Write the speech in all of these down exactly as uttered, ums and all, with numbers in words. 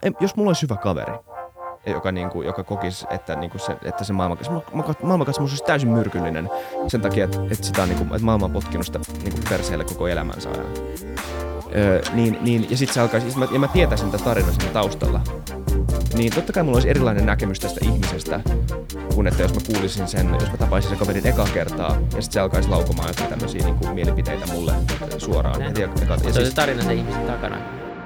jos mulla olisi hyvä kaveri, joka, niinku, joka kokisi, että, niinku se, että se maailmankatsomus, maailmankatsomus olisi täysin myrkyllinen sen takia, että, että, sitä on, niinku, että maailma on potkinut sitä niinku perseelle koko elämänsä ajan. Öö, niin, niin, ja sitten se alkaisi, ja mä tietäisin tätä tarinaa siinä taustalla, niin totta kai mulla olisi erilainen näkemys tästä ihmisestä, kun että jos mä kuulisin sen, jos mä tapaisin sen kaverin eka kertaa, ja sitten se alkaisi laukomaan jotain tämmöisiä niinku mielipiteitä mulle suoraan. Näin. Heti eka, Se on siis, se tarina sen ihmisen takana.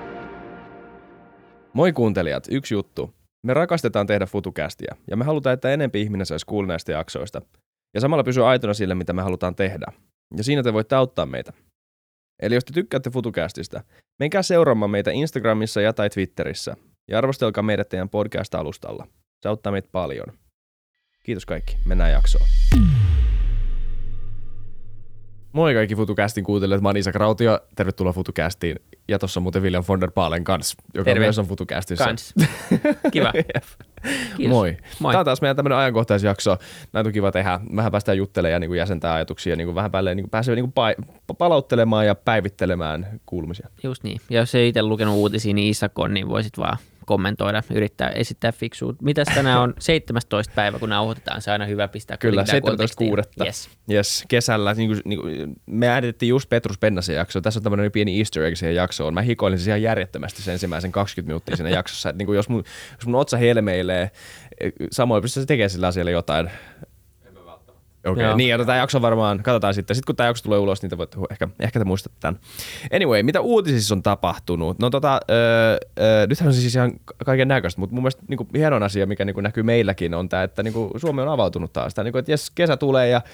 moi kuuntelijat, yksi juttu. Me rakastetaan tehdä FutuCastia, ja me halutaan, että enempi ihminen saisi kuulla näistä jaksoista. Ja samalla pysyä aitona sille, mitä me halutaan tehdä. Ja siinä te voitte auttaa meitä. Eli jos te tykkäätte FutuCastista, menkää seuraamaan meitä Instagramissa ja tai Twitterissä. Ja arvostelkaa meidät teidän podcast-alustalla. Se auttaa meitä paljon. Kiitos kaikki. Mennään jaksoon. Moi kaikki FutuCastin kuuntelijat. Mä oon Isak Rautio. Tervetuloa FutuCastiin. Ja tossa on muuten William von der Baalen kanssa, joka Terve. Myös on FutuCastissa. Kans. Kiva. Moi. Moi. Tää on taas meidän tämmönen ajankohtaisjakso. Näitä on kiva tehdä. Vähän päästään juttelemaan ja niin kuin jäsentää ajatuksia. Niin kuin vähän päälle niin kuin pääsee niin kuin pa- palauttelemaan ja päivittelemään kuulumisia. Just niin. Ja jos ei itse lukenut uutisia, niin Isak on, niin voisit vaan kommentoida, yrittää esittää fiksua. Mitäs tänään on seitsemästoista päivä, kun nauhoitetaan, se on aina hyvä pistää. Kyllä, seitsemästoista kuudetta Yes. Yes, kesällä. Niin kuin, niin kuin, me äänitettiin just Petrus Pennasen jakso. Tässä on tämmöinen pieni easter egg siihen jaksoon. Mä hikoilin siis ihan järjettömästi sen ensimmäisen kaksikymmentä minuuttia siinä jaksossa. Että, niin kuin, jos, mun, jos mun otsa helmeilee, samoin pystyy se tekemään sillä asialla jotain. Okei, okay. Niin, ja tämä jakso varmaan, katsotaan sitten. Sitten kun tämä jakso tulee ulos, niin te voitte, ehkä, ehkä te muistatte tämän. Anyway, mitä uutisissa on tapahtunut? No tota, öö, öö, nythän on siis ihan kaiken näköistä, mutta mun mielestä niin kuin, hienon asia, mikä niin kuin, näkyy meilläkin, on tämä, että niin kuin, Suomi on avautunut taas. Tämä, niin kuin, että jes, kesä tulee ja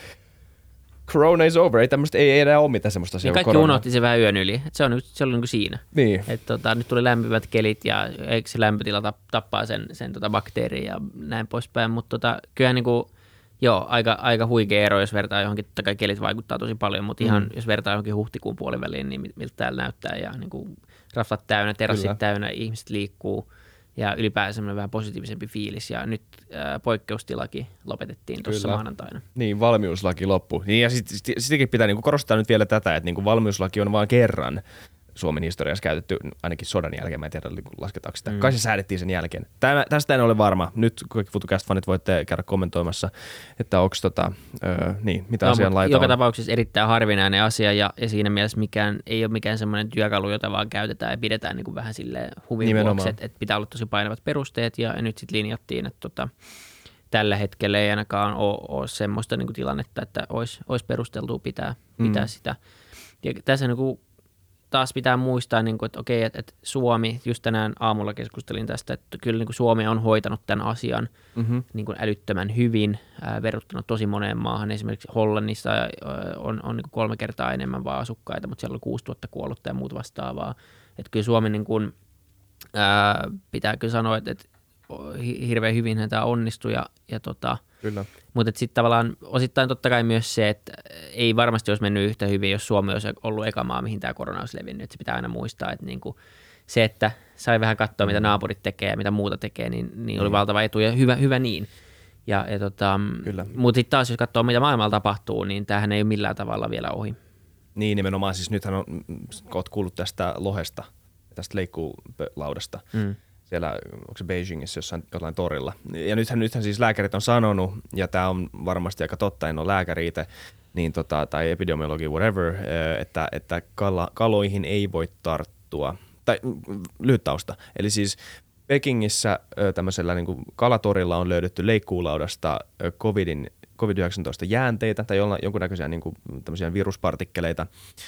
corona is over. Ei tämmöistä, ei, ei enää ole mitään semmoista asiaa. Ja kaikki korona. Unohti se vähän yön yli. Et se on, se oli niin kuin siinä. Niin. Et, tota, nyt tuli lämpimät kelit ja eikö se lämpötila tappaa sen, sen tota, bakteerin ja näin poispäin. Mutta tota, kyllähän niin kuin, joo, aika, aika huikea ero, jos vertaa johonkin, totta kai kelit vaikuttaa tosi paljon, mutta mm. ihan jos vertaa johonkin huhtikuun puoliväliin, niin miltä täällä näyttää ja niin kuin raflat täynnä, terassit Kyllä. täynnä, ihmiset liikkuu ja ylipäänsä semmoinen vähän positiivisempi fiilis ja nyt ää, poikkeustilakin lopetettiin tuossa maanantaina. Niin, valmiuslaki loppu. Niin ja sitten sit, sittenkin pitää niin kuin korostaa nyt vielä tätä, että niin kuin valmiuslaki on vain kerran Suomen historiassa käytetty, ainakin sodan jälkeen, mä en tiedä, lasketaanko sitä. Mm. Kai se säädettiin sen jälkeen. Tämä, tästä en ole varma. Nyt kaikki FutuCast-fanit voitte käydä kommentoimassa, että onko tota, öö, niin, mitä no, asian laita joka on. tapauksessa erittäin harvinainen asia ja, ja siinä mielessä mikään, ei ole mikään semmoinen työkalu, jota vaan käytetään ja pidetään niin kuin vähän silleen huvin vuoksi, että, että pitää olla tosi painavat perusteet ja, ja nyt sitten linjattiin, että tota, tällä hetkellä ei ainakaan ole, ole semmoista niin kuin tilannetta, että olisi, olisi perusteltua pitää, pitää mm. sitä. Ja tässä niin kuin taas pitää muistaa, että okei, että, että Suomi, just tänään aamulla keskustelin tästä, että kyllä niin kuin Suomi on hoitanut tämän asian mm-hmm. niin kuin älyttömän hyvin ää, verrattuna tosi moneen maahan. Esimerkiksi Hollannissa ää, on, on niin kuin kolme kertaa enemmän vaan asukkaita, mutta siellä on kuusituhatta kuollutta ja muut vastaavaa. Että kyllä Suomi niin kuin, ää, pitää kyllä sanoa, että, että hirveän hyvin tämä onnistui ja, ja tota, Kyllä. Mutta sitten tavallaan osittain totta kai myös se, että ei varmasti olisi mennyt yhtä hyvin, jos Suomi olisi ollut eka maa, mihin tämä korona olisi levinnyt. Et se pitää aina muistaa, että niinku se, että sai vähän katsoa, mitä naapurit tekee ja mitä muuta tekee, niin, niin oli valtava etu ja hyvä, hyvä niin. Ja, ja tota, mutta sitten taas, jos katsoo, mitä maailmalla tapahtuu, niin tämähän ei ole millään tavalla vielä ohi. Niin nimenomaan, siis nythän on, olet kuullut tästä lohesta, tästä leikkuulaudasta. Mm. Siellä, onko se Beijingissä jossain jollain torilla. Ja nythän, nythän siis lääkärit on sanonut, ja tämä on varmasti aika totta, en ole lääkäri itse, niin tota, tai epidemiologi, whatever, että, että kala, kaloihin ei voi tarttua. Tai lyhyt tausta. Eli siis Pekingissä tämmöisellä niin kuin kalatorilla on löydetty leikkuulaudasta covidin, covid yhdeksäntoista jäänteitä tai jonkunnäköisiä niin kuin tämmöisiä viruspartikkeleita.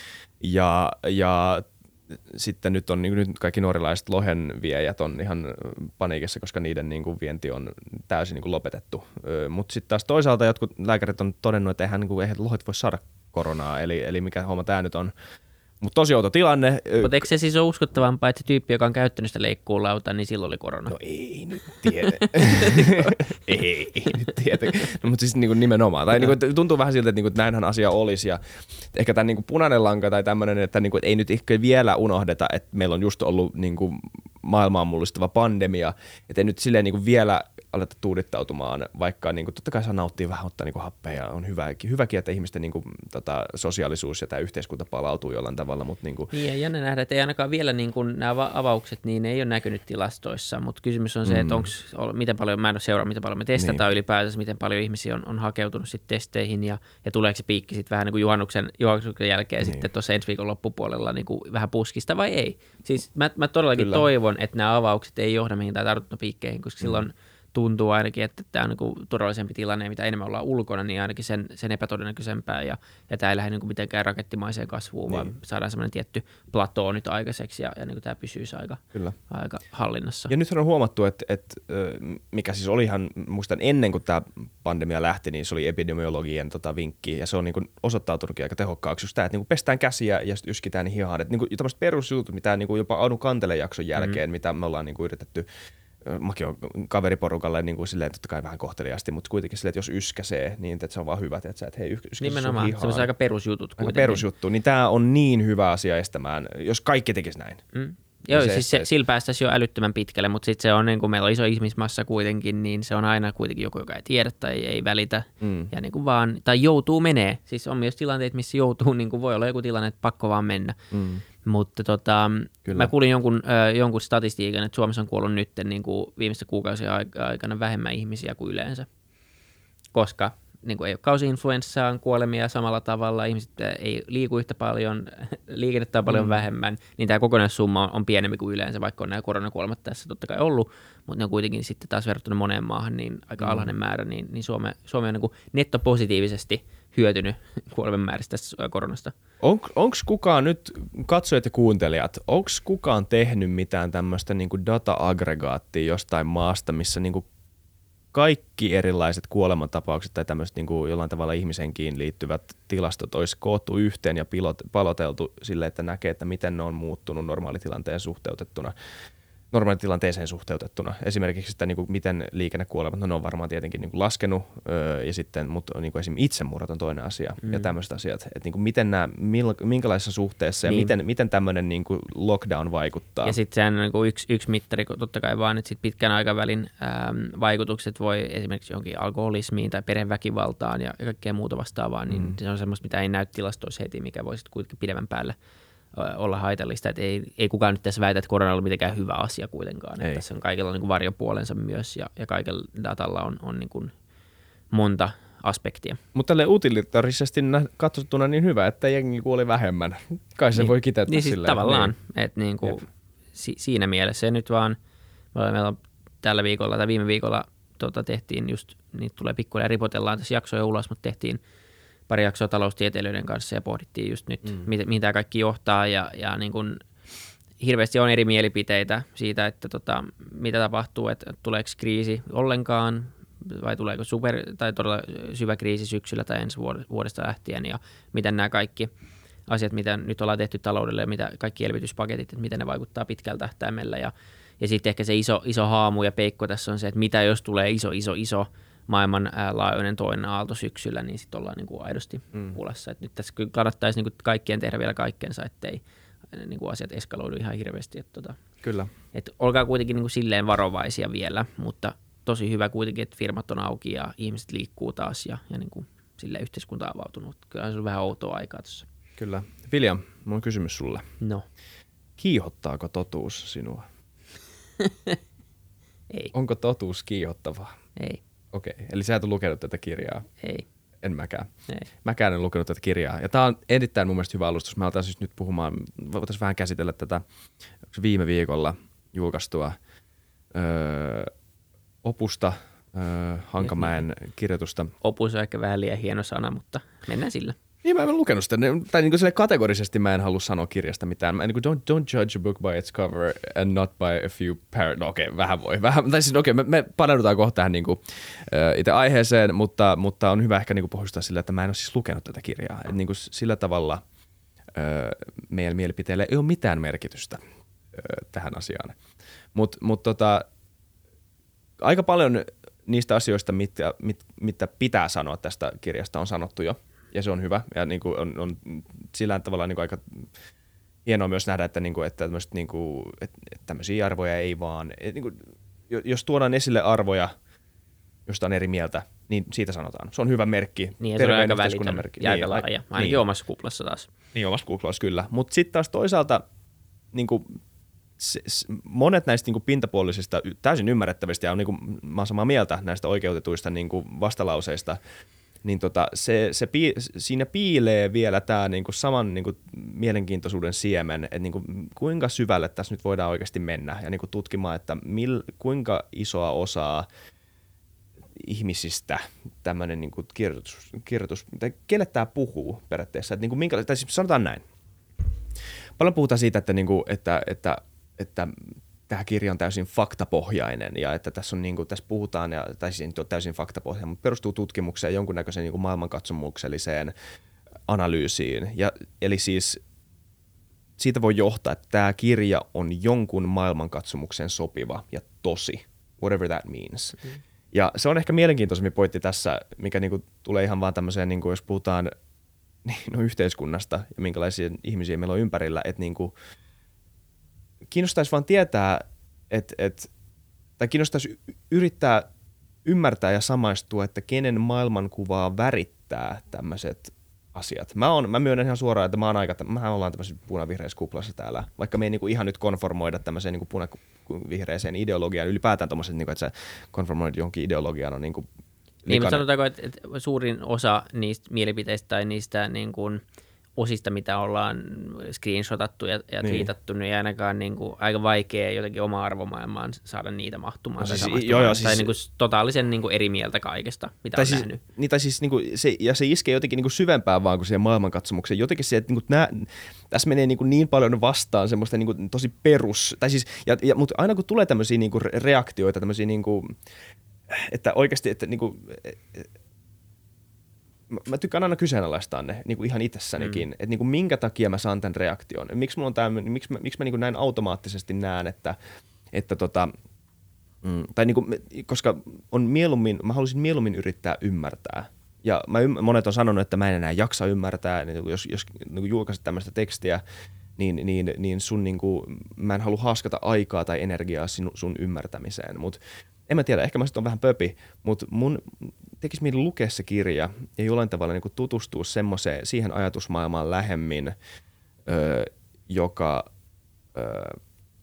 Ja, ja sitten nyt on niin nyt kaikki norjalaiset lohenviejät on ihan paniikissa, koska niiden niin kuin vienti on täysin niin kuin lopetettu. Mutta sitten taas toisaalta jotkut lääkärit on todennut, että eihän, niin kuin, eihän lohet voi saada koronaa, eli, eli mikä homma tämä nyt on. Mutta tosi outo tilanne. Mutta eikö se siis ole uskottavampaa, että se tyyppi, joka on käyttänyt sitä leikkuulautaa, niin silloin oli korona? No ei nyt tiedä. ei, ei nyt tiedä. No, mutta siis niinku nimenomaan. Tai niinku, tuntuu vähän siltä, että niinku, näinhän asia olisi. Ja ehkä tämä niinku punainen lanka tai tämmöinen, että niinku, et ei nyt ehkä vielä unohdeta, että meillä on just ollut niinku maailmaan mullistava pandemia. Että ei nyt silleen niinku vielä aleta tuudittautumaan, vaikka niin kuin, totta kai saa nauttia vähän, ottaa niin kuin happea ja on hyväkin, hyväkin, että ihmisten niin kuin, tota, sosiaalisuus ja tämä yhteiskunta palautuu jollain tavalla. Mutta, niin kuin... Niin, ja jännä nähdä, että ei ainakaan vielä niin kuin, nämä avaukset, niin ne ei ole näkynyt tilastoissa, mutta kysymys on se, mm. että onko, miten paljon, mä en ole seuraa, miten paljon me testataan niin. ylipäätänsä, miten paljon ihmisiä on, on hakeutunut sitten testeihin ja, ja tuleeko se piikki sitten vähän niin kuin juhannuksen, juhannuksen jälkeen niin. sitten tuossa ensi viikon loppupuolella niin kuin vähän puskista vai ei. Siis mä, mä todellakin Kyllä. toivon, että nämä avaukset ei johda mihin tai tartuntapiikkeihin, koska mm. silloin tuntuu ainakin, että tämä on niin turvallisempi tilanne ja mitä enemmän ollaan ulkona, niin ainakin sen, sen epätodennäköisempää ja, ja tämä ei lähde niin mitenkään rakettimaiseen kasvuun, niin. vaan saadaan semmoinen tietty platoo nyt aikaiseksi ja, ja niin tämä pysyisi aika, aika hallinnassa. Ja nythän on huomattu, että, että mikä siis oli ihan, muistan ennen kuin tämä pandemia lähti, niin se oli epidemiologien tota, vinkki ja se on niin kuin osoittautunutkin aika tehokkaaksi just tämä, että niin kuin pestään käsiä ja yskitään niin hihaan. Että niin kuin tämmöiset perusjutut, mitä niin kuin jopa Anu Kantelen jakson jälkeen, mm. mitä me ollaan niin kuin yritetty mäkin olen kaveriporukalle niin kuin silleen totta kai vähän kohteliaasti, mutta kuitenkin silleen, että jos yskäsee, niin että se on vaan hyvä, että sä et hei yskäse nimenomaan, se on aika perusjutut kuitenkin. Aika perusjuttu, niin tämä on niin hyvä asia estämään, jos kaikki tekisi näin. Mm. Joo, se siis se, sillä päästäisiin jo älyttömän pitkälle, mutta sitten se on, niin kun meillä on iso ihmismassa kuitenkin, niin se on aina kuitenkin joku, joka ei tiedä tai ei välitä mm. ja niin kuin vaan, tai joutuu menee. Siis on myös tilanteita, missä joutuu, niin kuin voi olla joku tilanne, että pakko vaan mennä. Mm. Mutta tota, mä kuulin jonkun, äh, jonkun statistiikan, että Suomessa on kuollut nyt niin kuin viimeisten kuukausien aikana vähemmän ihmisiä kuin yleensä, koska niin kuin ei ole kausi-influenssaan kuolemia samalla tavalla, ihmiset ei liiku yhtä paljon, liikennettä on paljon mm. vähemmän, niin tämä kokonaissumma on pienempi kuin yleensä, vaikka on nämä koronakuolemat tässä totta kai ollut, mutta ne on kuitenkin sitten taas verrattuna moneen maahan niin aika mm. alhainen määrä, niin, niin Suomi, Suomi on niin kuin nettopositiivisesti hyötynyt kuoleman määristä tästä koronasta. On, onko kukaan nyt, katsojat ja kuuntelijat, onko kukaan tehnyt mitään tämmöistä niin kuin data-aggregaattia jostain maasta, missä niin kuin kaikki erilaiset kuolemantapaukset tai tämmöiset niin kuin jollain tavalla ihmisenkiin liittyvät tilastot olisi koottu yhteen ja pilot, paloteltu sille, että näkee, että miten ne on muuttunut normaalitilanteen suhteutettuna. normaalitilanteeseen suhteutettuna. Esimerkiksi sitä, niin kuin, miten liikennekuolemat, no ne on varmaan tietenkin niin kuin laskenut, öö, ja sitten, mutta niin kuin esimerkiksi itsemurhat on toinen asia, mm. ja tämmöiset asiat. Että niin kuin, miten nämä, minkälaisessa suhteessa niin. ja miten, miten tämmöinen niin kuin lockdown vaikuttaa. Ja sitten sehän on niin kuin yksi, yksi mittari, totta kai vaan, että sit pitkän aikavälin äm, vaikutukset voi esimerkiksi johonkin alkoholismiin tai perheväkivaltaan ja kaikkea muuta vastaavaa, niin mm. se on semmoista, mitä ei näy tilastoissa heti, mikä voi sitten kuitenkin pidemmän päälle olla haitallista, että ei, ei kukaan nyt tässä väitä, että korona on mitenkään hyvä asia kuitenkaan. Että tässä on kaikilla niin kuin varjopuolensa myös ja, ja kaikella datalla on, on niin kuin monta aspektia. Mutta tälleen utilitaarisesti katsottuna niin hyvä, että jengi kuoli vähemmän. Kai se niin, voi kiteyttää niin silleen. Siis tavallaan, niin. että niin kuin si, siinä mielessä nyt vaan, meillä on tällä viikolla tai viime viikolla tota, tehtiin just, niitä tulee pikkuja ripotellaan tässä jaksoja ulos, mutta tehtiin pari jaksoa taloustieteilijöiden kanssa ja pohdittiin just nyt, mm. mihin, mihin tämä kaikki johtaa ja, ja niin kuin hirveästi on eri mielipiteitä siitä, että tota, mitä tapahtuu, että tuleeko kriisi ollenkaan vai tuleeko super tai todella syvä kriisi syksyllä tai ensi vuodesta lähtien ja miten nämä kaikki asiat, mitä nyt ollaan tehty taloudelle ja mitä kaikki elvytyspaketit, että miten ne vaikuttaa pitkällä tähtäimellä ja, ja sitten ehkä se iso, iso haamu ja peikko tässä on se, että mitä jos tulee iso, iso, iso maailmanlaajuinen toinen aalto syksyllä, niin sitten ollaan niin kuin aidosti mm. pulassa. Et nyt tässä kannattaisi niin kuin kaikkien tehdä vielä kaikkensa, ettei niin kuin asiat eskaloidu ihan hirveästi. Et tota, Kyllä. Et olkaa kuitenkin niin kuin silleen varovaisia vielä, mutta tosi hyvä kuitenkin, että firmat on auki ja ihmiset liikkuu taas ja, ja niin kuin silleen yhteiskunta avautunut. Kyllä se on vähän outoa aikaa tuossa. Kyllä. William, mulla on kysymys sulle. No. Kiihottaako totuus sinua? Ei. Onko totuus kiihottavaa? Ei. Okei, eli sä et ole lukenut tätä kirjaa? Ei. En mäkään. Ei. Mäkään en lukenut tätä kirjaa. Ja tää on erittäin mun mielestä hyvä alustus. Mä aletaan siis nyt puhumaan, voitaisiin vähän käsitellä tätä viime viikolla julkaistua öö, opusta, öö, Hankamäen kirjoitusta. Opus on ehkä vähän liian hieno sana, mutta mennään sillä. Niin, mä en ole lukenut sitä. Tai niin kuin kategorisesti mä en halua sanoa kirjasta mitään. Mä niin kuin, don't, don't judge a book by its cover and not by a few par... No okei, okay, vähän voi. Vähän, tai siis okei, okay, me, me paneudutaan kohta tähän niin kuin, uh, itse aiheeseen, mutta, mutta on hyvä ehkä niin kuin pohjustaa sillä, että mä en ole siis lukenut tätä kirjaa. Et niin kuin sillä tavalla uh, meidän mielipiteillä ei ole mitään merkitystä uh, tähän asiaan. Mutta mut tota, aika paljon niistä asioista, mitä, mit, mitä pitää sanoa tästä kirjasta, on sanottu jo. Ja se on hyvä. Ja niin kuin on, on sillä tavalla niin kuin aika hienoa myös nähdä, että, niin kuin, että, niin kuin, että tämmöisiä arvoja ei vaan. Että niin kuin, jos tuodaan esille arvoja, josta on eri mieltä, niin siitä sanotaan. Se on hyvä merkki. Niin, ja se on aika välitön merkki. Ja aika laaja, ainakin niin. omassa kuplassa taas. Niin, omassa kuplassa kyllä. Mutta sitten taas toisaalta niin kuin, se, se, monet näistä niin kuin pintapuolisista, täysin ymmärrettävistä, ja on, niin kuin, mä oon samaa mieltä näistä oikeutetuista niin kuin vastalauseista, niin tota, se, se pii, siinä piilee vielä tämä niinku saman niinku mielenkiintoisuuden siemen, että niinku, kuinka syvälle tässä nyt voidaan oikeasti mennä ja niinku tutkimaan, että mil, kuinka isoa osaa ihmisistä tämmöinen niinku kirjoitus, kirjoitus, tai kelle tämä puhuu periaatteessa, että niinku minkä, tai siis sanotaan näin. Paljon puhutaan siitä, että, niinku, että, että, että tämä kirja on täysin faktapohjainen ja että tässä, on, niin kuin, tässä puhutaan, ja, tai siis ei ole täysin faktapohjainen, mutta perustuu tutkimukseen, jonkunnäköiseen niin kuin maailmankatsomukselliseen analyysiin. Ja, eli siis siitä voi johtaa, että tämä kirja on jonkun maailmankatsomukseen sopiva ja tosi, whatever that means. Mm-hmm. Ja se on ehkä mielenkiintoisempi pointti tässä, mikä niin kuin tulee ihan vaan tämmöiseen, niin kuin jos puhutaan niin, no, yhteiskunnasta ja minkälaisia ihmisiä meillä on ympärillä, että niin kuin kiinnostaisi vaan tietää, että, että, tai kiinnostaisi yrittää ymmärtää ja samaistua, että kenen maailmankuvaa värittää tämmöiset asiat. Mä, on, mä myönnän ihan suoraan, että mä oon aika, mähän ollaan tämmöisessä punavihreässä kuplassa täällä, vaikka me ei niinku ihan nyt konformoida tämmöiseen niinku punavihreäseen ideologiaan, ylipäätään tommoset, niinku, että sä konformoit johonkin ideologiaan on niinku niin, mutta sanotaanko, että, että suurin osa niistä mielipiteistä tai niistä niin kuin osista, mitä ollaan screenshotattu ja, ja niin. tweetattu, niin ei ainakaan niin kuin, aika vaikea jotenkin oma arvomaailmaan saada niitä mahtumaan. No, tai siis, joo, joo, siis, tai niin kuin, totaalisen niin kuin eri mieltä kaikesta, mitä on siis, nähnyt. Niin, tai siis, niin kuin, se, ja se iskee jotenkin niin kuin syvempään vaan kuin siihen maailmankatsomukseen. Jotenkin se, että niin kuin, nää, tässä menee niin, kuin niin paljon vastaan semmoista niin kuin, tosi perus. Tai siis, ja, ja, mutta aina kun tulee tämmöisiä niin kuin reaktioita, tämmöisiä, niin kuin, että oikeasti, että niin kuin, mä tykkään aina kyseenalaistaa ne niin kuin ihan itsessänikin, mm. että niin kuin minkä takia mä saan tämän reaktion. Miksi mulla on tämä, miksi mä, miksi mä niin kuin näin automaattisesti näen, että, että tota, mm, tai niin kuin, koska on mieluummin, mä haluaisin mieluummin yrittää ymmärtää. Ja mä ymm, monet on sanonut, että mä en enää jaksa ymmärtää, niin jos, jos niin kuin julkaiset tämmöistä tekstiä, niin, niin, niin sun niin kuin, mä en halua haaskata aikaa tai energiaa sun, sun ymmärtämiseen, mutta en mä tiedä, ehkä mä sitten on vähän pöpi, mutta mun tekisi mieli lukea se kirja ja jollain tavalla niin kuin tutustua semmoiseen, siihen ajatusmaailmaan lähemmin, öö, joka öö,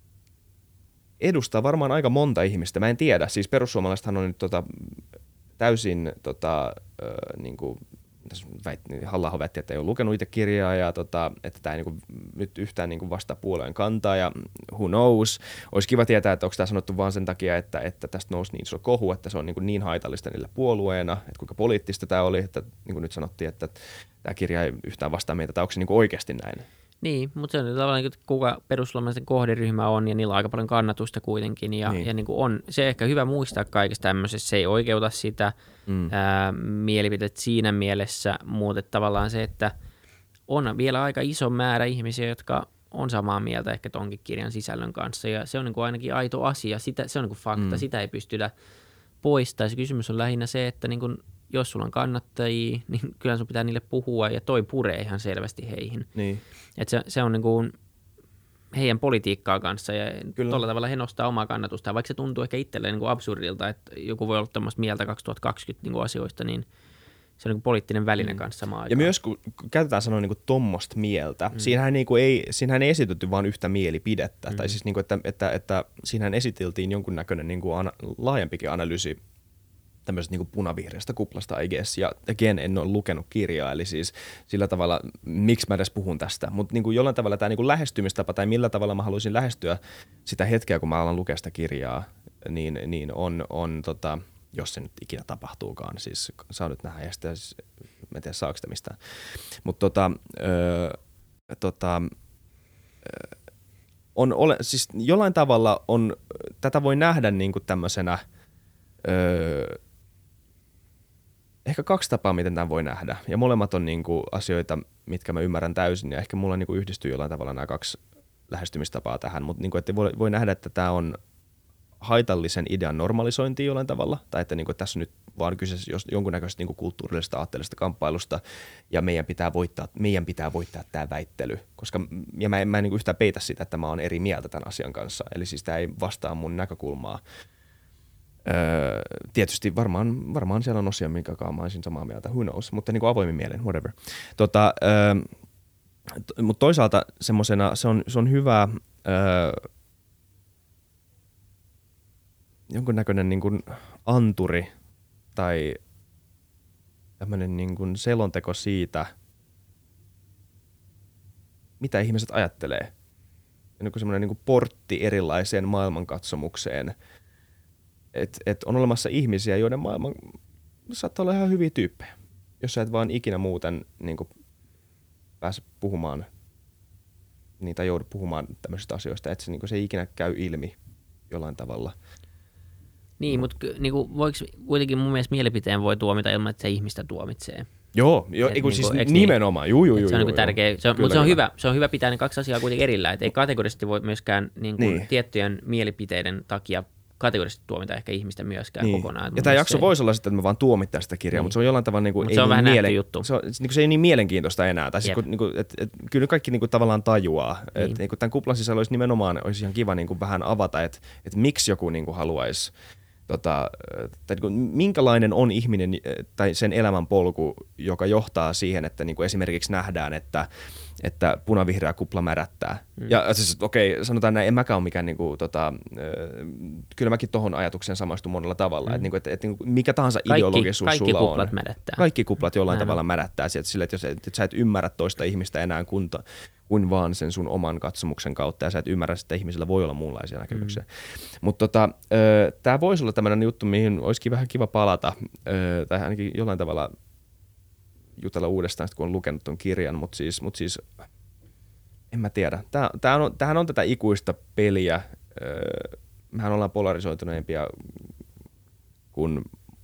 edustaa varmaan aika monta ihmistä. Mä en tiedä, siis perussuomalaisethan on nyt tota, täysin tota, öö, niin kuin Halla-aho väitti, että ei ole lukenut itse kirjaa ja tota, että tämä ei niinku, nyt yhtään niinku vastaa puolueen kantaa ja who knows. Olisi kiva tietää, että onko tämä sanottu vaan sen takia, että, että tästä nousi niin iso kohu, että se on niinku niin haitallista niille puolueena, että kuinka poliittista tämä oli, että niin kuin nyt sanottiin, että tämä kirja ei yhtään vastaa meitä, tai onko se niinku oikeasti näin? Niin, mutta se on tavallaan, kuka perussuomalaisten kohderyhmä on, ja niillä on aika paljon kannatusta kuitenkin, ja, niin. ja niin kuin on se ehkä hyvä muistaa kaikesta tämmöisessä, se ei oikeuta sitä mm. ää, mielipiteet siinä mielessä, mutta tavallaan se, että on vielä aika iso määrä ihmisiä, jotka on samaa mieltä ehkä tonkin kirjan sisällön kanssa, ja se on niin kuin ainakin aito asia, sitä, se on niin kuin fakta, mm. sitä ei pystytä poistamaan. Se kysymys on lähinnä se, että niin kuin jos sulla on kannattajia, niin kyllä sun pitää niille puhua, ja toi puree ihan selvästi heihin. Niin. Et se, se on niin kuin heidän politiikkaa kanssa, ja tuolla tavalla he nostaa omaa kannatustaan, vaikka se tuntuu ehkä itselleen niin kuin absurdilta, että joku voi olla tämmöistä mieltä kaksituhattakaksikymmentä niin kuin asioista, niin se on niin kuin poliittinen väline mm. kanssa samaan aikaan. Ja myös kun käytetään sanoa niin kuin tommosta mieltä, mm. siinähän, niin kuin ei, siinähän ei esitetty vain yhtä mielipidettä, mm. tai siis niin kuin, että, että, että siinähän esiteltiin jonkunnäköinen niin kuin ana, laajempikin analyysi tämmöisestä niin punavihreästä kuplasta, I guess, ja again, en ole lukenut kirjaa, eli siis sillä tavalla, miksi mä edes puhun tästä, mutta niin jollain tavalla tämä niin lähestymistapa, tai millä tavalla mä haluaisin lähestyä sitä hetkeä, kun mä alan lukea sitä kirjaa, niin, niin on, on tota, jos se nyt ikinä tapahtuukaan, siis saa nyt nähdä, ja sitä, siis, mä en tiedä saako sitä mistään, mutta tota, öö, tota, öö, on, ole, siis jollain tavalla on, tätä voi nähdä niin kuin tämmöisenä, öö, ehkä kaksi tapaa, miten tämän voi nähdä. Ja molemmat on niinku asioita, mitkä mä ymmärrän täysin. Ja ehkä mulla niinku yhdistyy jollain tavalla nämä kaksi lähestymistapaa tähän. Mutta niinku, voi, voi nähdä, että tämä on haitallisen idean normalisointi jollain tavalla. Tai että niinku, tässä on nyt vaan kyseessä jonkunnäköisestä niinku kulttuurillisesta aatteellisesta kamppailusta. Ja meidän pitää voittaa, meidän pitää voittaa tämä väittely. Koska, ja mä en, mä en niinku yhtään peitä sitä, että mä oon eri mieltä tämän asian kanssa. Eli siis tämä ei vastaa mun näkökulmaa. Öö, tietysti varmaan, varmaan siellä on osia, minkä kanssa mä olisin samaa mieltä, who knows, mutta niin kuin avoimin mielen, whatever. Tota, öö, t- mutta toisaalta semmosena se on, se on hyvä öö, jonkunnäköinen niin kuin anturi tai tämmöinen niin kuin selonteko siitä, mitä ihmiset ajattelee. Ja niin kuin semmoinen niin kuin portti erilaiseen maailmankatsomukseen. Että et on olemassa ihmisiä, joiden maailman saattaa olla ihan hyviä tyyppejä, jos sä et vaan ikinä muuten niin kuin pääse puhumaan niitä joudu puhumaan tämmöisistä asioista, että se, niin kuin se ei ikinä käy ilmi jollain tavalla. Niin, mutta niinku, voiko kuitenkin mun mielestä mielipiteen voi tuomita ilman, että se ihmistä tuomitsee? Joo, jo, niinku, siis nimenomaan, juu, juu, juu. Se on juu, niinku tärkeä, se on, mutta se on, hyvä, se on hyvä pitää ne kaksi asiaa kuitenkin erillään, että ei kategorisesti voi myöskään niinku niin. tiettyjen mielipiteiden takia kategorisesti tuomita ehkä ihmistä myöskään niin. kokonaan. Ja tämä jakso se voisi olla sitten, että me vaan tuomittaa sitä kirjaa, niin. mutta se on jollain tavalla niin kuin, ei se on niin vähän mielen... juttu. Se, on, niin kuin, se ei niin mielenkiintoista enää. Tai siis, kun, niin kuin, et, et, kyllä kaikki niin kuin, tavallaan tajuaa. Niin. Että niin kuin, tämän kuplan sisällä olisi nimenomaan olisi ihan kiva niin kuin, vähän avata, että, että miksi joku niin kuin, haluaisi Tota, tai niin minkälainen on ihminen tai sen elämän polku, joka johtaa siihen, että niin kuin esimerkiksi nähdään, että, että punavihreä kupla märättää. Mm. Ja siis okei, okay, sanotaan näin, en mäkään ole mikään, niin kuin, tota, kyllä mäkin tohon ajatukseen samaistun monella tavalla, mm. että, niin kuin, että, että niin kuin mikä tahansa kaikki, ideologisuus kaikki sulla on. Kaikki kuplat märättää. Kaikki kuplat jollain Näin. tavalla märättää sieltä sille, että, jos, että sä et ymmärrä toista ihmistä enää kunta, kuin vaan sen sun oman katsomuksen kautta, ja sä et ymmärrä, että ihmisillä voi olla muunlaisia näkemyksiä. Mm. Mutta tota, tämä voisi olla tämmöinen juttu, mihin olisikin vähän kiva palata, ö, tai ainakin jollain tavalla jutella uudestaan, kun on lukenut ton kirjan, mutta siis, mut siis en mä tiedä. Tämähän on, tämähän on tätä ikuista peliä. Ö, mehän ollaan polarisoituneempia kuin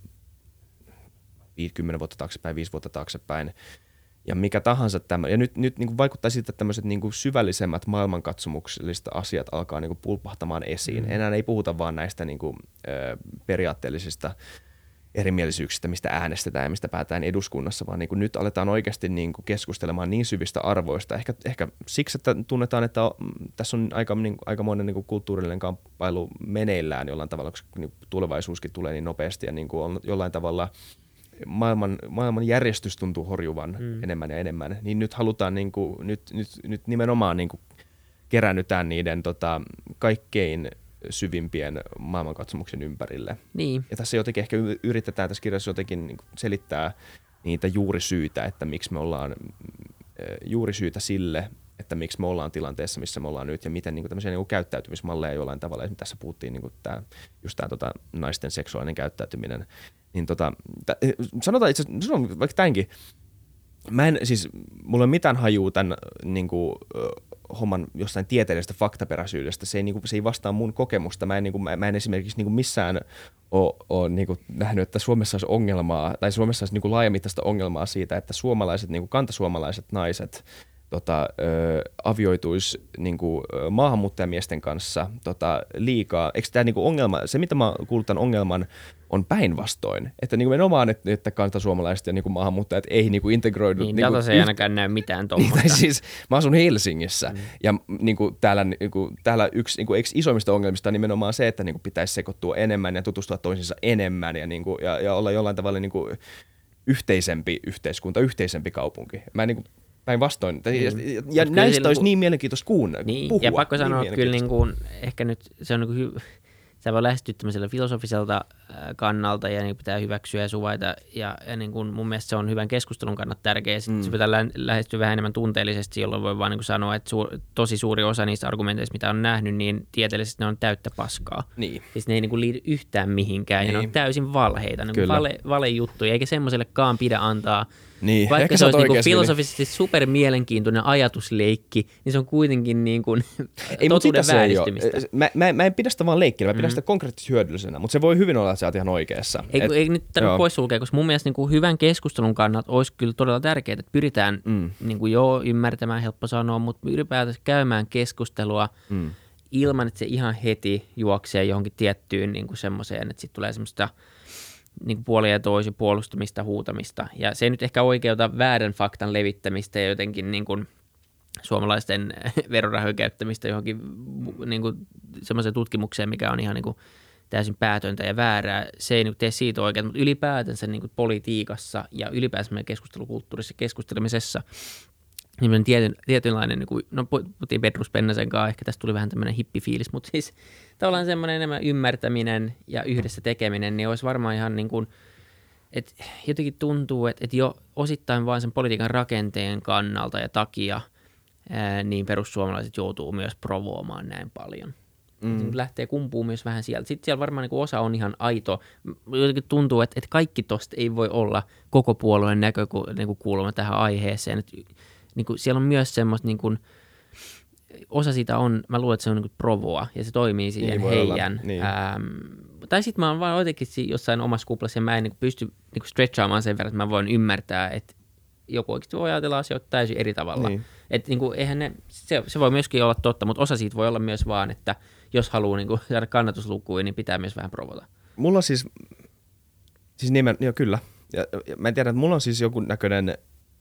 kymmenen vuotta taaksepäin, viisi vuotta taaksepäin. Ja mikä tahansa tämä. Ja nyt, nyt niin kuin vaikuttaa siltä, että tämmöiset niin kuin syvällisemmät maailmankatsomukselliset asiat alkaa niin kuin pulpahtamaan esiin. Mm. Enää ei puhuta vaan näistä niin kuin, ö, periaatteellisista erimielisyyksistä, mistä äänestetään ja mistä päätään eduskunnassa, vaan niin kuin nyt aletaan oikeasti niin kuin keskustelemaan niin syvistä arvoista. Ehkä, ehkä siksi, että tunnetaan, että on, tässä on aika, niin, aikamoinen niin kuin kulttuurillinen kamppailu meneillään jollain tavalla, koska niin tulevaisuuskin tulee niin nopeasti ja niin kuin on jollain tavalla maailman, maailman järjestys tuntuu horjuvan mm. enemmän ja enemmän, niin nyt halutaan, niin kuin, nyt, nyt, nyt nimenomaan niin kuin kerännytään niiden tota, kaikkein syvimpien maailmankatsomuksen ympärille. Niin. Ja tässä jotenkin ehkä yritetään tässä kirjassa jotenkin niin kuin selittää niitä juurisyitä, että miksi me ollaan juurisyitä sille, että miksi me ollaan tilanteessa, missä me ollaan nyt, ja miten niin kuin tämmöisiä niin kuin käyttäytymismalleja jollain tavalla. Esimerkiksi tässä puhuttiin niin kuin tämä, just tämä tota, naisten seksuaalinen käyttäytyminen. Niin tota, t- sanotaan itse asiassa, sanon vaikka tämänkin, mä en siis, mulla ei ole mitään hajua tämän niin kuin, homman jostain tieteellisestä faktaperäisyydestä, se ei, niin kuin, se ei vastaa mun kokemusta, mä en, niin kuin, mä, mä en esimerkiksi niin kuin missään ole, ole niin kuin nähnyt, että Suomessa olisi ongelmaa, tai Suomessa olisi niin kuin laajamittaista ongelmaa siitä, että suomalaiset, niin kuin kantasuomalaiset naiset tota, ö, avioituisi niin kuin, maahanmuuttajamiesten kanssa tota, liikaa. Eikö tämä niin kuin ongelma, se mitä mä kuullut tämän ongelman, on päinvastoin. Että niin kuin omaan, että, että kantasuomalaiset ja niin kuin maahanmuuttajat ei niin kuin integroidu. Niin, niin datassa ei yht... ainakaan näy mitään tuommoista. Siis mä asun Helsingissä mm. ja niin kuin täällä, niin kuin, täällä yksi niin kuin, isoimmista ongelmista on nimenomaan se, että niin kuin pitäisi sekoittua enemmän ja tutustua toisiinsa enemmän ja, niin kuin, ja, ja olla jollain tavalla niin kuin yhteisempi yhteiskunta, yhteisempi kaupunki. Mä niin kuin, päinvastoin. Mm. Ja, ja näistä sillä, olisi niin mielenkiintoista kuunnella, niin, puhua. Ja pakko sanoa, niin kyllä niin kuin, ehkä nyt se on niin kuin hy- sä voi lähestyä tämmöisellä filosofiselta kannalta ja niin pitää hyväksyä ja suvaita. Ja, ja niin kuin mun mielestä se on hyvän keskustelun kannalta tärkeä. Ja sitten mm. se pitää lä- lähestyä vähän enemmän tunteellisesti, jolloin voi vaan niin kuin sanoa, että suur- tosi suuri osa niistä argumenteista, mitä on nähnyt, niin tieteellisesti ne on täyttä paskaa. Niin. Siis ne ei niin kuin liity yhtään mihinkään niin. Ja ne on täysin valheita, niin kuin vale, valejuttuja, eikä semmoisellekaan pidä antaa. Niin. Vaikka se olisi niin kuin filosofisesti super mielenkiintoinen ajatusleikki, niin se on kuitenkin niin kuin ei, totuuden vääristymistä. Mä, mä, mä en pidä sitä vaan leikkinä, mä pidän mm. sitä konkreettisesti hyödyllisenä, mutta se voi hyvin olla, että sä oot ihan oikeassa. Ei, Et, ei nyt tarvitse poissulkea, koska mun mielestä niin kuin hyvän keskustelun kannalta olisi kyllä todella tärkeää, että pyritään mm. niin kuin joo ymmärtämään, helppo sanoa, mutta ylipäätään käymään keskustelua mm. ilman, että se ihan heti juoksee johonkin tiettyyn niin kuin semmoiseen, että sitten tulee semmoista niin kuin puolin ja toisin puolustamista, huutamista. Ja se ei nyt ehkä oikeuta väärän faktan levittämistä ja jotenkin niin kuin suomalaisten verorahojen käyttämistä johonkin niin kuin semmoiseen tutkimukseen, mikä on ihan niin kuin täysin päätöntä ja väärää. Se ei niin tee siitä oikein, mutta ylipäätänsä niin politiikassa ja ylipäänsä meidän keskustelukulttuurissa ja keskustelemisessa niin tietyn, tietynlainen, niin kuin, no puhuttiin Petrus Pennasen kanssa, ehkä tästä tuli vähän tämmöinen hippifiilis, mutta siis tavallaan semmoinen enemmän ymmärtäminen ja yhdessä tekeminen, niin olisi varmaan ihan niin kuin, että jotenkin tuntuu, että, että jo osittain vain sen politiikan rakenteen kannalta ja takia ää, niin perussuomalaiset joutuu myös provoamaan näin paljon. Mm. Lähtee kumpuun myös vähän sieltä. Sitten siellä varmaan niin kuin osa on ihan aito. Jotenkin tuntuu, että, että kaikki tosta ei voi olla koko puolueen näkökulma niin tähän aiheeseen. Että, niin kuin, siellä on myös semmoista, niin kuin, osa siitä on, mä luulen, että se on niin kuin provoa ja se toimii siihen niin heidän. Niin. Ähm, tai sitten mä oon vaan jotenkin jossain omassa kuplassa ja mä en niin kuin pysty niin kuin stretchaamaan sen verran, että mä voin ymmärtää, että joku oikeasti voi ajatella asioita täysin eri tavalla. Niin. Että niin kuin, eihän ne, se, se voi myöskin olla totta, mutta osa siitä voi olla myös vaan, että jos haluaa niin kuin saada kannatuslukuja, niin pitää myös vähän provota. Mulla siis, siis nimen, joo kyllä. Ja, ja mä en tiedä, että mulla on siis joku näköinen,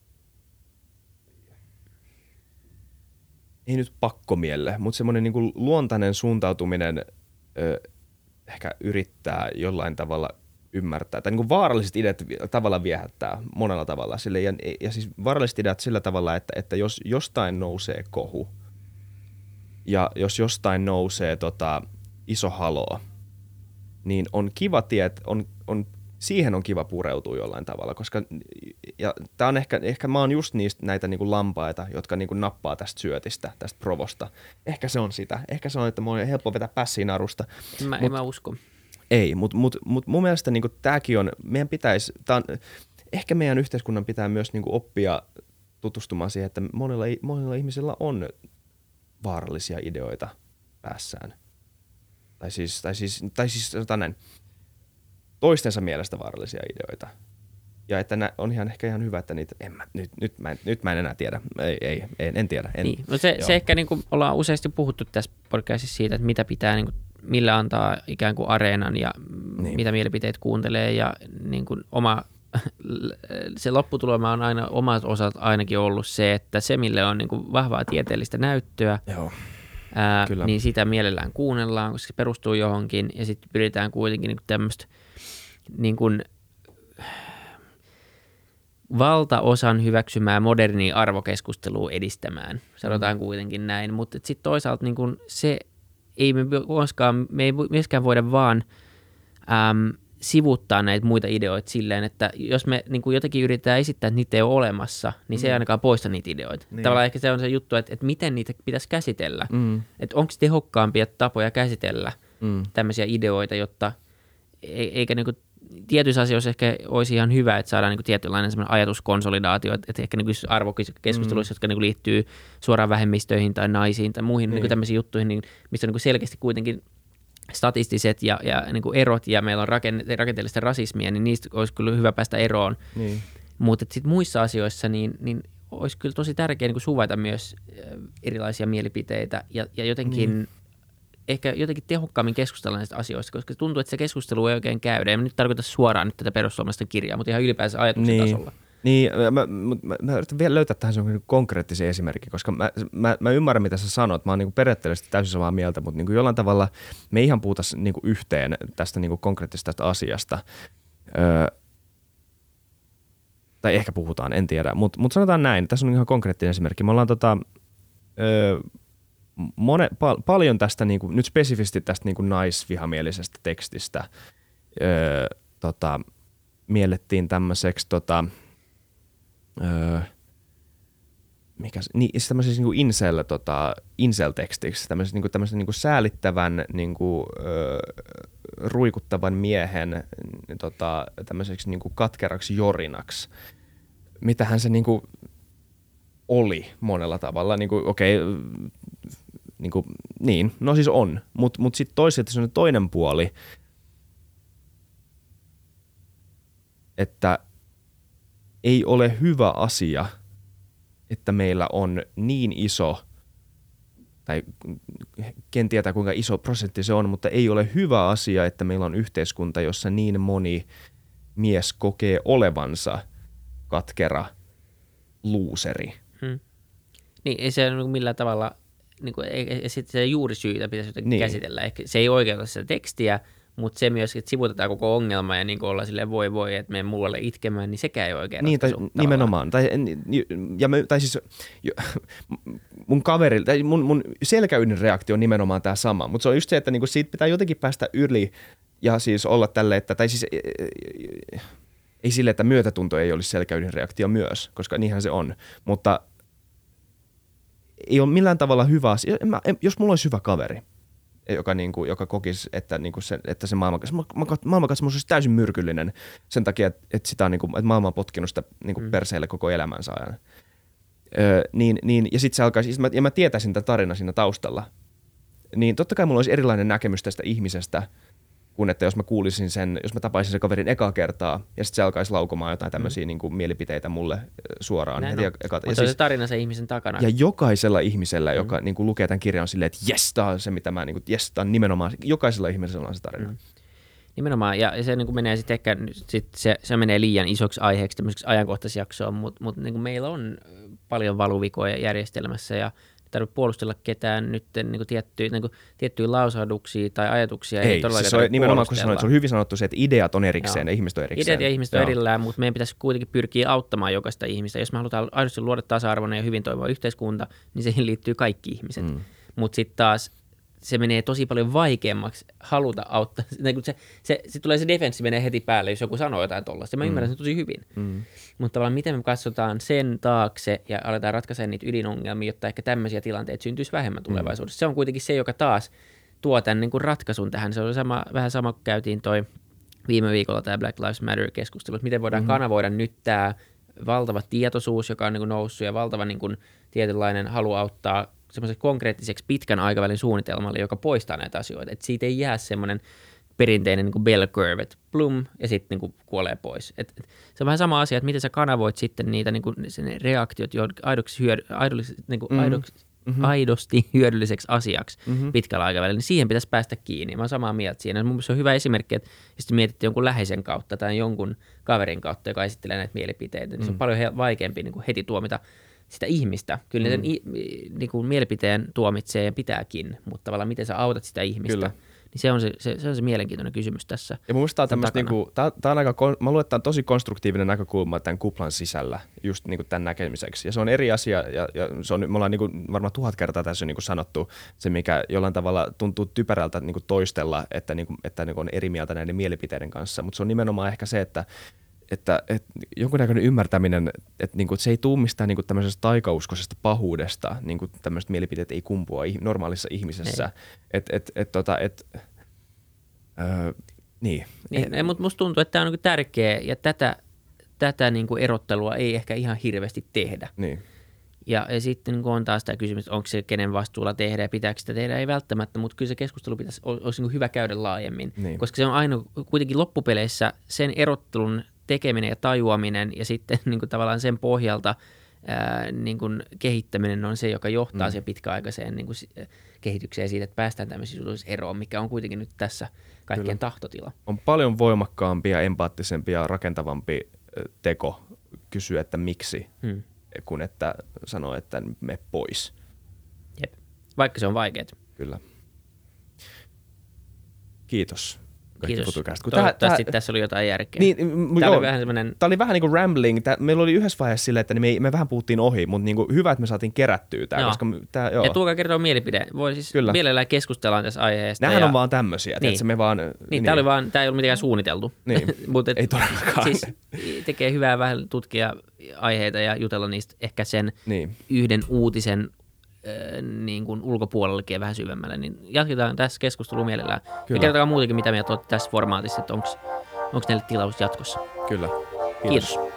ei nyt pakkomielle, mutta semmoinen niin kuin luontainen suuntautuminen ö, ehkä yrittää jollain tavalla ymmärtää. Tai niin kuin vaaralliset ideat tavalla viehättää monella tavalla. Sille, ja, ja siis vaaralliset ideat sillä tavalla, että, että jos jostain nousee kohu ja jos jostain nousee tota, iso haloo, niin on kiva tiet, on, on, siihen on kiva pureutua jollain tavalla, koska ja tää on ehkä, ehkä mä oon just niistä näitä niinku lampaita, jotka niinku nappaa tästä syötistä, tästä provosta. Ehkä se on sitä. Ehkä se on, että mun on helppo vetää pässiin narusta. Mä, mut, en mä usko. Ei, mutta mut, mut mun mielestä niinku tääkin on, meidän pitäisi, tää on, ehkä meidän yhteiskunnan pitää myös niinku oppia tutustumaan siihen, että monilla, monilla ihmisillä on vaarallisia ideoita päässään. Tai siis, tai siis, tai siis sanotaan näin, toistensa mielestä vaarallisia ideoita. Ja että nä, on ihan ehkä ihan hyvä, että niitä, en mä, nyt, nyt, mä en, nyt mä en enää tiedä. Ei, ei en, en tiedä. En, niin. No se, se ehkä niin kuin ollaan useasti puhuttu tässä podcastissa siitä, että mitä pitää, niin kuin, millä antaa ikään kuin areenan ja niin. mitä mielipiteet kuuntelee ja niin kuin oma, se lopputulema on aina omat osat ainakin ollut se, että se mille on niin kuin vahvaa tieteellistä näyttöä, Joo. Ää, niin sitä mielellään kuunnellaan, koska se perustuu johonkin ja sitten pyritään kuitenkin niin kuin tämmöistä niin kuin valtaosan hyväksymää modernia arvokeskustelua edistämään, sanotaan mm. kuitenkin näin, mutta sitten toisaalta niin kun se ei me koskaan, me ei myöskään voida vaan äm, sivuttaa näitä muita ideoita silleen, että jos me niin kun jotenkin yritetään esittää, että niitä ei ole olemassa, niin mm. se ei ainakaan poista niitä ideoita. Niin. Tavallaan ehkä se on se juttu, että, että miten niitä pitäisi käsitellä, mm. että onko tehokkaampia tapoja käsitellä mm. tämmöisiä ideoita, jotta eikä niin kuin tietyissä asioissa ehkä olisi ihan hyvä, että saadaan niin tietynlainen semmoinen ajatuskonsolidaatio, että, että ehkä niin arvokeskusteluissa, mm. jotka niin liittyy suoraan vähemmistöihin tai naisiin tai muihin niin. Niin tämmöisiin juttuihin, niin missä on niin selkeästi kuitenkin statistiset ja, ja niin erot ja meillä on rakenne, rakenteellista rasismia, niin niistä olisi kyllä hyvä päästä eroon. Niin. Mutta sitten muissa asioissa niin, niin olisi kyllä tosi tärkeää niin suvaita myös erilaisia mielipiteitä ja, ja jotenkin mm. ehkä jotenkin tehokkaammin keskustella näistä asioista, koska tuntuu, että se keskustelu ei oikein käydä. En nyt tarkoita suoraan nyt tätä perussuomalaisten kirjaa, mutta ihan ylipäänsä ajatuksen niin. tasolla. Niin, mä, mä, mä, mä yritän vielä löytää tähän sellainen konkreettisen esimerkki, koska mä, mä, mä ymmärrän, mitä sä sanot. Mä oon niin periaatteellisesti täysin samaa mieltä, mutta niin jollain tavalla me ei ihan puhuta niin yhteen tästä niin konkreettisesta asiasta. Öö, tai ehkä puhutaan, en tiedä. Mutta mut sanotaan näin, tässä on ihan konkreettinen esimerkki. Me ollaan tota... Öö, Mone, pal- paljon tästä, niin kuin, nyt spesifisti tästä niin kuin naisvihamielisestä tekstistä öö, tota, miellettiin tämmöiseksi tota, öö, mikä, niin, tämmöisessä niin kuin incel, tota, incel-tekstiksi, tämmöisen niin kuin, tämmöisen niin kuin säälittävän, niin kuin, öö, ruikuttavan miehen tota, tämmöiseksi niin kuin katkeraksi jorinaksi. Mitähän se niin kuin oli monella tavalla, niin kuin, okei, okay, niin, kuin, niin, no siis on, mutta mut sitten toisaalta se on toinen puoli, että ei ole hyvä asia, että meillä on niin iso, tai ken tietää kuinka iso prosentti se on, mutta ei ole hyvä asia, että meillä on yhteiskunta, jossa niin moni mies kokee olevansa katkera luuseri. Hmm. Niin, ei se millään tavalla, niin kuin, ei, ei, se juurisyytä pitäisi jotenkin niin käsitellä. Ehkä se ei oikeuta sitä tekstiä, mutta se myös, että sivutetaan koko ongelma ja niin ollaan silleen voi voi, että menen muualle itkemään, niin sekään ei ole oikein niin, tai, nimenomaan. Tai, ja me, tai siis mun kaveri, tai mun, mun selkäydin reaktio on nimenomaan tämä sama, mutta se on just se, että niinku siitä pitää jotenkin päästä yli ja siis olla tälle, että, tai siis ei sille, että myötätunto ei olisi selkäydin reaktio myös, koska niinhän se on, mutta ei ole millään tavalla hyvä asia. Jos mulla olisi hyvä kaveri, joka, niin kuin, joka kokisi, että, niin kuin se, että se maailmankatsomus olisi täysin myrkyllinen sen takia, että, että, sitä on, niin kuin, että maailma on potkinut sitä niin kuin mm. perseelle koko elämänsä ajan. Öö, niin, niin, ja sitten se alkaisi, ja mä tietäisin tämän tarinan siinä taustalla, niin totta kai mulla olisi erilainen näkemys tästä ihmisestä, kun että jos mä kuulisin sen, jos mä tapaisin sen kaverin ekaa kertaa, ja sitten se alkaisi laukomaan jotain tämmöisiä mm. niin kuin mielipiteitä mulle suoraan. Näin on. Eka, ja, siis, se tarina se ihmisen takana. Ja jokaisella ihmisellä, joka mm. niin kuin lukee tämän kirjan, on silleen, että jes, tämä on se, mitä mä, niin kuin, jes, tämä on nimenomaan, jokaisella ihmisellä on se tarina. Mm. Nimenomaan, ja se niin kuin menee sitten ehkä, sit se, se menee liian isoksi aiheeksi tämmöiseksi ajankohtaisjaksoon, mutta mut, niin kuin meillä on paljon valuvikoja järjestelmässä, ja tarvitse puolustella ketään nyt niin tiettyjä, niin tiettyjä lausahduksia tai ajatuksia. Ei, ei siis se on nimenomaan, kun sanoit, se on hyvin sanottu se, että ideat on erikseen ja ihmiset on erikseen. Ideat ja ihmiset on erillään, mutta meidän pitäisi kuitenkin pyrkiä auttamaan jokaista ihmistä. Jos me halutaan aidosti luoda tasa-arvoinen ja hyvin toimiva yhteiskunta, niin siihen liittyy kaikki ihmiset. Mm. Mutta sitten taas se menee tosi paljon vaikeammaksi haluta auttaa. Se, se, se tulee se defenssi menee heti päälle, jos joku sanoo jotain tollaista. Mä mm. ymmärrän sen tosi hyvin. Mm. Mutta tavallaan miten me katsotaan sen taakse ja aletaan ratkaista niitä ydinongelmia, jotta ehkä tämmöisiä tilanteita syntyisi vähemmän tulevaisuudessa. Mm. Se on kuitenkin se, joka taas tuo tämän niin kuin ratkaisun tähän. Se oli sama, vähän sama, kun käytiin toi viime viikolla tämä Black Lives Matter-keskustelu, että miten voidaan mm-hmm. kanavoida nyt tämä valtava tietoisuus, joka on niin kuin noussut ja valtava niin kuin tietynlainen halu auttaa semmoiseksi konkreettiseksi pitkän aikavälin suunnitelmalle, joka poistaa näitä asioita. Että siitä ei jää semmoinen perinteinen niin kuin bell curve, että plum, ja sitten niin kuolee pois. Et, et, se on vähän sama asia, että miten sä kanavoit sitten niitä niin kuin, reaktiot aidoksi, hyödy, aidoksi, niin kuin, mm-hmm. aidoksi, mm-hmm. aidosti hyödylliseksi asiaksi mm-hmm. pitkällä aikavälillä, niin siihen pitäisi päästä kiinni. Mä oon samaa mieltä siinä. Mun mielestä se on hyvä esimerkki, että jos mietitte jonkun läheisen kautta tai jonkun kaverin kautta, joka esittelee näitä mielipiteitä, niin mm-hmm. se on paljon vaikeampi niin kuin heti tuomita sitä ihmistä. Kyllä mm. sen i, niin kuin mielipiteen tuomitsee ja pitääkin, mutta tavallaan miten sä autat sitä ihmistä, Kyllä. niin se on se, se, se on se mielenkiintoinen kysymys tässä. Ja mun mielestä tämä on, niinku, tää, tää on aika, mä luulen, että tämä on tosi konstruktiivinen näkökulma tämän kuplan sisällä, just niinku tämän näkemiseksi. Ja se on eri asia, ja, ja se on, me ollaan niinku, varmaan tuhat kertaa tässä niinku sanottu, se mikä jollain tavalla tuntuu typerältä niinku toistella, että, niinku, että niinku on eri mieltä näiden mielipiteiden kanssa, mutta se on nimenomaan ehkä se, että että, että jonkunnäköinen ymmärtäminen, että, niinku, että se ei tuu mistään niinku tämmöisestä taikauskoisesta pahuudesta, niinku tämmöiset mielipiteet ei kumpua normaalissa ihmisessä. Että et, et, tota, et, öö, niin. niin mutta musta tuntuu, että tämä on niinku tärkeä ja tätä, tätä niinku erottelua ei ehkä ihan hirveästi tehdä. Niin. Ja, ja sitten niin on taas tämä kysymys, että onko se kenen vastuulla tehdä ja pitääkö sitä tehdä, ei välttämättä, mutta kyllä se keskustelu pitäisi, olisi niin hyvä käydä laajemmin, niin. Koska se on aina kuitenkin loppupeleissä sen erottelun tekeminen ja tajuaminen ja sitten niin kuin tavallaan sen pohjalta ää, niin kuin kehittäminen on se, joka johtaa mm. siihen pitkäaikaiseen niin kuin kehitykseen siitä, että päästään tämmöisiin eroon, mikä on kuitenkin nyt tässä kaikkien Kyllä. tahtotila. On paljon voimakkaampi ja empaattisempi ja rakentavampi teko kysyä, että miksi, hmm. kun että sanoo, että me pois. Jep. Vaikka se on vaikeaa. Kyllä. Kiitos. Kiitos. Toivottavasti tää, tässä oli jotain järkeä. Niin, Tämä joo, oli vähän semmoinen... Tämä oli vähän niin kuin rambling. Tää, meillä oli yhdessä vaiheessa silleen, että me, me vähän puhuttiin ohi, mutta niin kuin hyvä, että me saatiin kerättyä tämä. Koska tää, joo. Ja tuokaa kertoa mielipide. Voi siis Kyllä. mielellään keskustellaan tässä aiheesta. Nämähän ja... on vaan tämmöisiä. Niin. Me vaan, niin, niin. Tämä, oli vaan, tämä ei ollut mitenkään suunniteltu. Niin. Mut et, ei todellakaan. Siis tekee hyvää vähän tutkia aiheita ja jutella niistä ehkä sen niin. yhden uutisen niin kuin ulkopuolellekin ja vähän syvemmälle, niin jatketaan tässä keskustelua mielellään. Kyllä. Ja kertokaa muutenkin, mitä mieltä olette tässä formaatissa, että onko näille tilaus jatkossa. Kyllä. Kiitos. Kiitos.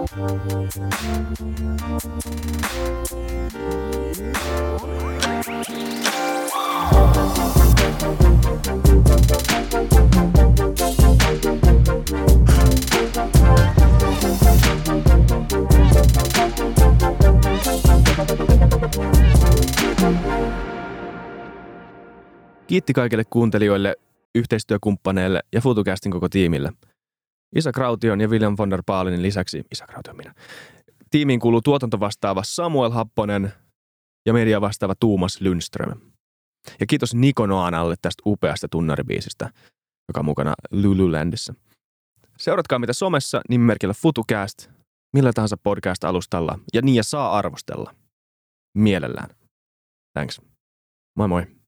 Kiitti kaikille kuuntelijoille, yhteistyökumppaneille ja FutuCastin koko tiimille. Isa Kraution ja William von der Baalinin lisäksi, Isa Kraution minä, tiimiin kuuluu tuotantovastaava Samuel Happonen ja media vastaava Tuumas Lundström. Ja kiitos Niko Noanalle tästä upeasta tunnaribiisistä, joka on mukana Lululandissa. Seuratkaa mitä somessa nimimerkillä FutuCast, millä tahansa podcast-alustalla, ja niin ja saa arvostella. Mielellään. Thanks. Moi moi.